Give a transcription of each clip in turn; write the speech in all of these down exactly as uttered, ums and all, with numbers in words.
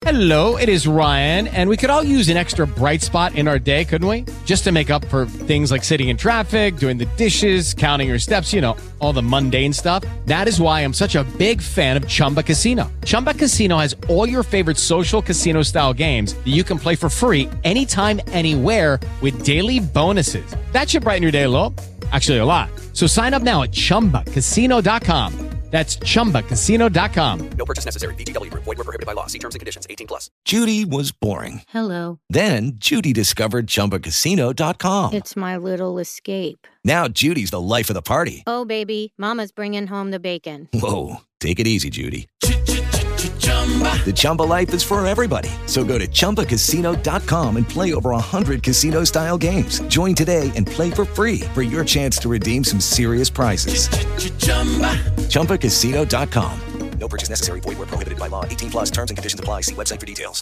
Hello, it is Ryan, and we could all use an extra bright spot in our day, couldn't we? Just to make up for things like sitting in traffic, doing the dishes, counting your steps, you know, all the mundane stuff. That is why I'm such a big fan of Chumba Casino. Chumba Casino has all your favorite social casino-style games that you can play for free anytime, anywhere with daily bonuses. That should brighten your day a little. Actually, a lot. So sign up now at chumba casino dot com. That's chumba casino dot com. No purchase necessary. V G W Group. Void where prohibited by law. See terms and conditions. eighteen plus. Judy was boring. Hello. Then Judy discovered chumba casino dot com. It's my little escape. Now Judy's the life of the party. Oh, baby, mama's bringing home the bacon. Whoa, take it easy, Judy. The Chumba life is for everybody. So go to chumba casino dot com and play over one hundred casino-style games. Join today and play for free for your chance to redeem some serious prizes. chumba casino dot com. No purchase necessary. Void where prohibited by law. eighteen plus terms and conditions apply. See website for details.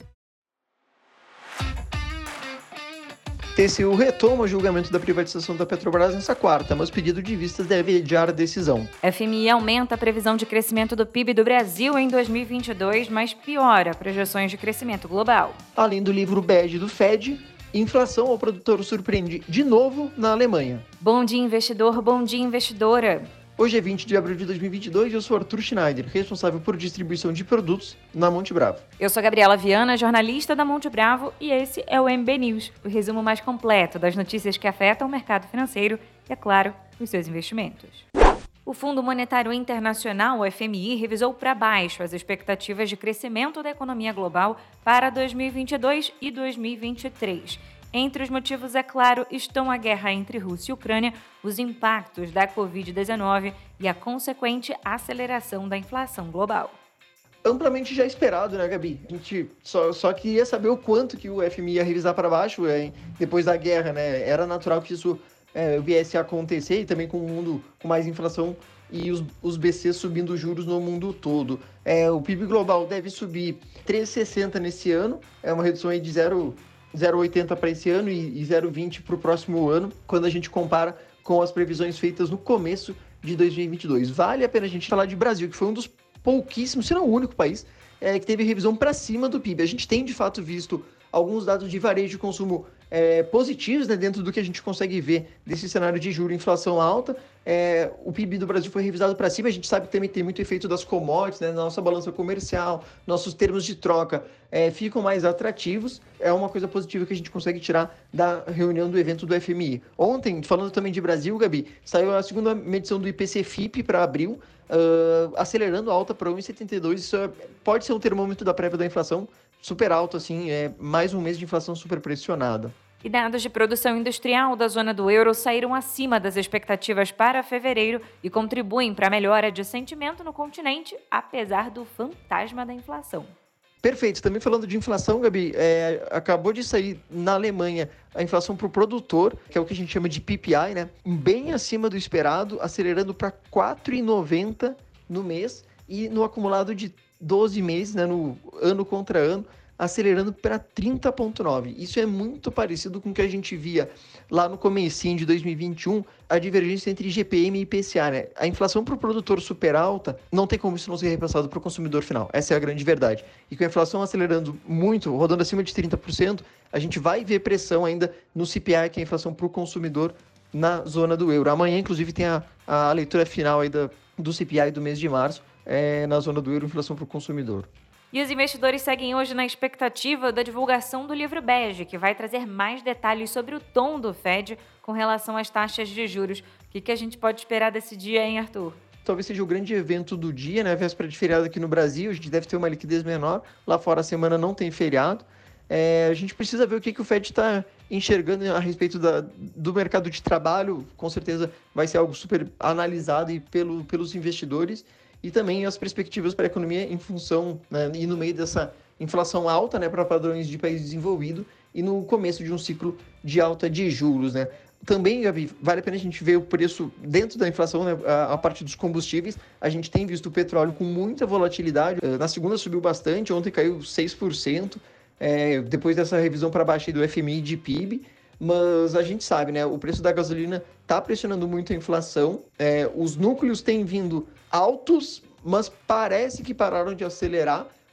T C U retoma o julgamento da privatização da Petrobras nesta quarta, mas o pedido de vistas deve adiar a decisão. F M I aumenta a previsão de crescimento do P I B do Brasil em dois mil e vinte e dois, mas piora projeções de crescimento global. Além do livro bege do Fed, inflação ao produtor surpreende de novo na Alemanha. Bom dia, investidor. Bom dia, investidora. Hoje é vinte de abril de dois mil e vinte e dois e eu sou Arthur Schneider, responsável por distribuição de produtos na Monte Bravo. Eu sou Gabriela Viana, jornalista da Monte Bravo, e esse é o M B News, o resumo mais completo das notícias que afetam o mercado financeiro e, é claro, os seus investimentos. O Fundo Monetário Internacional, o F M I, revisou para baixo as expectativas de crescimento da economia global para dois mil e vinte e dois e dois mil e vinte e três. Entre os motivos, é claro, estão a guerra entre Rússia e Ucrânia, os impactos da covid dezenove e a consequente aceleração da inflação global. Amplamente já esperado, né, Gabi? A gente só, só queria saber o quanto que o F M I ia revisar para baixo é, depois da guerra, né? Era natural que isso é, viesse a acontecer, e também com um mundo com mais inflação e os, os B Cs subindo juros no mundo todo. É, o P I B global deve subir três vírgula sessenta nesse ano, é uma redução aí de zero vírgula oitenta para esse ano e, e zero vírgula vinte para o próximo ano, quando a gente compara com as previsões feitas no começo de dois mil e vinte e dois. Vale a pena a gente falar de Brasil, que foi um dos pouquíssimos, se não o único país, é, que teve revisão para cima do P I B. A gente tem, de fato, visto alguns dados de varejo e consumo é, positivos, né, dentro do que a gente consegue ver desse cenário de juros e inflação alta. É, o P I B do Brasil foi revisado para cima. A gente sabe que também tem muito efeito das commodities, né, na nossa balança comercial, nossos termos de troca é, ficam mais atrativos. É uma coisa positiva que a gente consegue tirar da reunião do evento do F M I. Ontem, falando também de Brasil, Gabi, saiu a segunda medição do I P C F I P para abril, uh, acelerando a alta para um vírgula setenta e dois. Isso é, pode ser um termômetro da prévia da inflação super alto, assim, é mais um mês de inflação super pressionada. E dados de produção industrial da zona do euro saíram acima das expectativas para fevereiro e contribuem para a melhora de sentimento no continente, apesar do fantasma da inflação. Perfeito. Também falando de inflação, Gabi, é, acabou de sair na Alemanha a inflação para o produtor, que é o que a gente chama de P P I, né? Bem acima do esperado, acelerando para quatro vírgula noventa no mês e no acumulado de doze meses, né, no ano contra ano, acelerando para trinta vírgula nove. Isso é muito parecido com o que a gente via lá no comecinho de dois mil e vinte e um, a divergência entre I G P M e I P C A, né? A inflação para o produtor super alta, não tem como isso não ser repassado para o consumidor final. Essa é a grande verdade. E com a inflação acelerando muito, rodando acima de trinta por cento, a gente vai ver pressão ainda no C P I, que é a inflação para o consumidor na zona do euro. Amanhã, inclusive, tem a, a leitura final aí da, do C P I do mês de março, é, na zona do euro, inflação para o consumidor. E os investidores seguem hoje na expectativa da divulgação do livro bege, que vai trazer mais detalhes sobre o tom do Fed com relação às taxas de juros. O que, que a gente pode esperar desse dia, hein, Arthur? Talvez seja o grande evento do dia, né? Véspera de feriado aqui no Brasil, a gente deve ter uma liquidez menor. Lá fora a semana não tem feriado. É, a gente precisa ver o que, que o Fed está enxergando a respeito da, do mercado de trabalho. Com certeza vai ser algo super analisado e pelo, pelos investidores. E também as perspectivas para a economia em função, né, e no meio dessa inflação alta, né, para padrões de país desenvolvido e no começo de um ciclo de alta de juros, né. Também, Gabi, vale a pena a gente ver o preço dentro da inflação, né, a, a parte dos combustíveis. A gente tem visto o petróleo com muita volatilidade. Na segunda subiu bastante, ontem caiu seis por cento, é, depois dessa revisão para baixo aí do F M I de P I B. Mas a gente sabe, né, o preço da gasolina está pressionando muito a inflação. É, os núcleos têm vindo altos, mas parece que pararam de acelerar.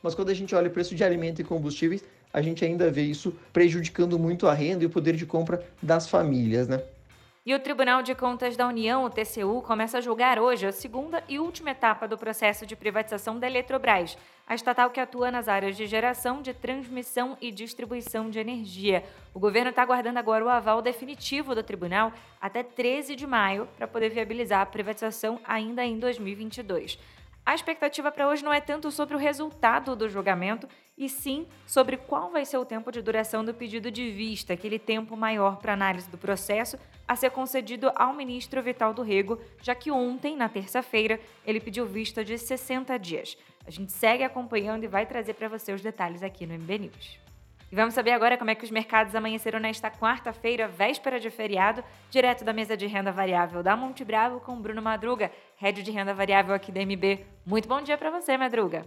mas quando a gente olha o preço de alimento e combustíveis, a gente ainda vê isso prejudicando muito a renda e o poder de compra das famílias, né? E o Tribunal de Contas da União, o T C U, começa a julgar hoje a segunda e última etapa do processo de privatização da Eletrobras, a estatal que atua nas áreas de geração, de transmissão e distribuição de energia. O governo está aguardando agora o aval definitivo do tribunal até treze de maio para poder viabilizar a privatização ainda em dois mil e vinte e dois. A expectativa para hoje não é tanto sobre o resultado do julgamento, e sim sobre qual vai ser o tempo de duração do pedido de vista, aquele tempo maior para análise do processo a ser concedido ao ministro Vital do Rego, já que ontem, na terça-feira, ele pediu vista de sessenta dias. A gente segue acompanhando e vai trazer para você os detalhes aqui no M B News. E vamos saber agora como é que os mercados amanheceram nesta quarta-feira, véspera de feriado, direto da mesa de renda variável da Monte Bravo com Bruno Madruga, head de renda variável aqui da M B. Muito bom dia para você, Madruga.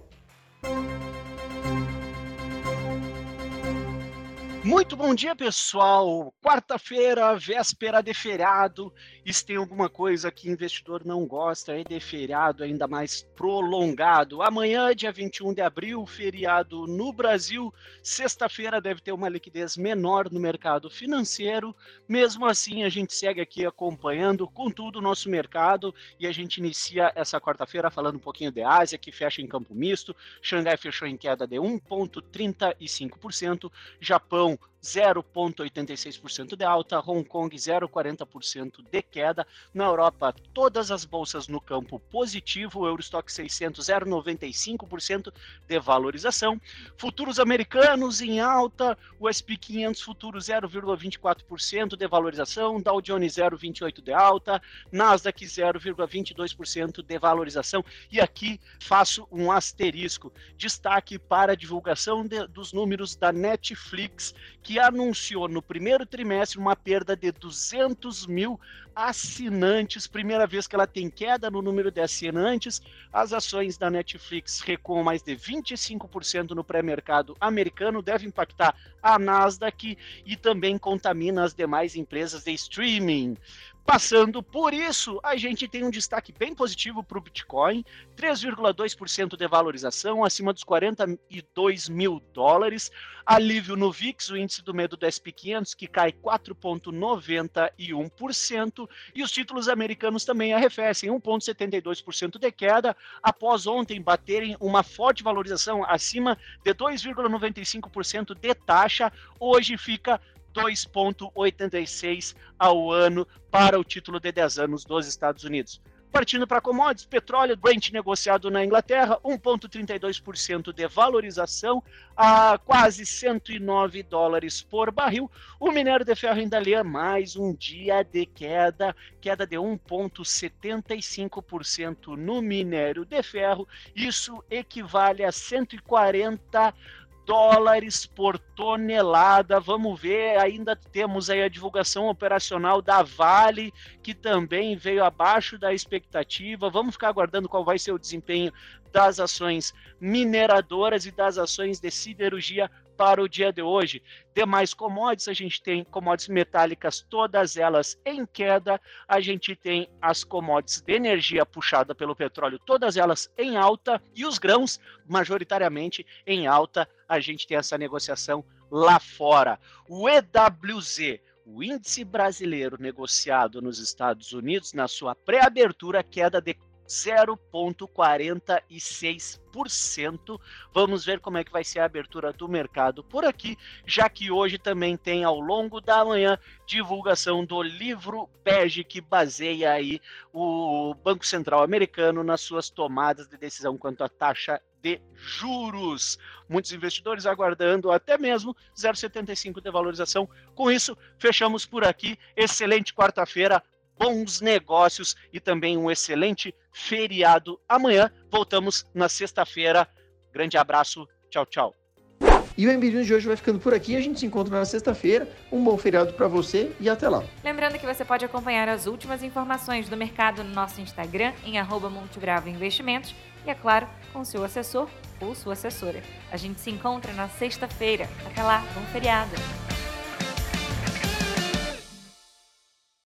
Muito bom dia, pessoal. Quarta-feira, véspera de feriado. E se tem alguma coisa que investidor não gosta, é de feriado ainda mais prolongado. Amanhã, dia vinte e um de abril, feriado no Brasil. Sexta-feira deve ter uma liquidez menor no mercado financeiro. Mesmo assim, a gente segue aqui acompanhando com tudo o nosso mercado. E a gente inicia essa quarta-feira falando um pouquinho de Ásia, que fecha em campo misto. Xangai fechou em queda de um vírgula trinta e cinco por cento. Japão, zero vírgula oitenta e seis por cento de alta, Hong Kong zero vírgula quarenta por cento de queda. Na Europa, todas as bolsas no campo positivo, o Eurostock seiscentos, zero vírgula noventa e cinco por cento de valorização. Futuros americanos em alta, o S P quinhentos futuros zero vírgula vinte e quatro por cento de valorização, Dow Jones zero vírgula vinte e oito por cento de alta, Nasdaq zero vírgula vinte e dois por cento de valorização. E aqui faço um asterisco, destaque para a divulgação de, dos números da Netflix, que anunciou no primeiro trimestre uma perda de duzentos mil assinantes, primeira vez que ela tem queda no número de assinantes. As ações da Netflix recuam mais de vinte e cinco por cento no pré-mercado americano, deve impactar a Nasdaq e também contamina as demais empresas de streaming. Passando por isso, a gente tem um destaque bem positivo para o Bitcoin, três vírgula dois por cento de valorização, acima dos quarenta e dois mil dólares, alívio no V I X, o índice do medo do S P quinhentos, que cai quatro vírgula noventa e um por cento, e os títulos americanos também arrefecem, um vírgula setenta e dois por cento de queda, após ontem baterem uma forte valorização acima de dois vírgula noventa e cinco por cento de taxa, hoje fica dois vírgula oitenta e seis por cento ao ano para o título de dez anos dos Estados Unidos. Partindo para commodities, petróleo Brent negociado na Inglaterra, um vírgula trinta e dois por cento de valorização a quase cento e nove dólares por barril. O minério de ferro em Dalian, mais um dia de queda, queda de um vírgula setenta e cinco por cento no minério de ferro. Isso equivale a cento e quarenta dólares por tonelada. Vamos ver, ainda temos aí a divulgação operacional da Vale, que também veio abaixo da expectativa. Vamos ficar aguardando qual vai ser o desempenho das ações mineradoras e das ações de siderurgia para o dia de hoje. Demais commodities, a gente tem commodities metálicas, todas elas em queda. A gente tem as commodities de energia puxada pelo petróleo, todas elas em alta. E os grãos, majoritariamente em alta. A gente tem essa negociação lá fora. O E W Z, o índice brasileiro negociado nos Estados Unidos, na sua pré-abertura, queda de zero vírgula quarenta e seis por cento. Vamos ver como é que vai ser a abertura do mercado por aqui, já que hoje também tem, ao longo da manhã, divulgação do livro bege que baseia aí o Banco Central americano nas suas tomadas de decisão quanto à taxa de juros. Muitos investidores aguardando até mesmo zero vírgula setenta e cinco de valorização. Com isso, fechamos por aqui. Excelente quarta-feira, bons negócios e também um excelente feriado. Amanhã voltamos na sexta-feira. Grande abraço, tchau, tchau. E o M B News de hoje vai ficando por aqui. A gente se encontra na sexta-feira. Um bom feriado para você e até lá. Lembrando que você pode acompanhar as últimas informações do mercado no nosso Instagram, em arroba Monte Bravo Investimentos, e, é claro, com seu assessor ou sua assessora. A gente se encontra na sexta-feira. Até lá, bom feriado!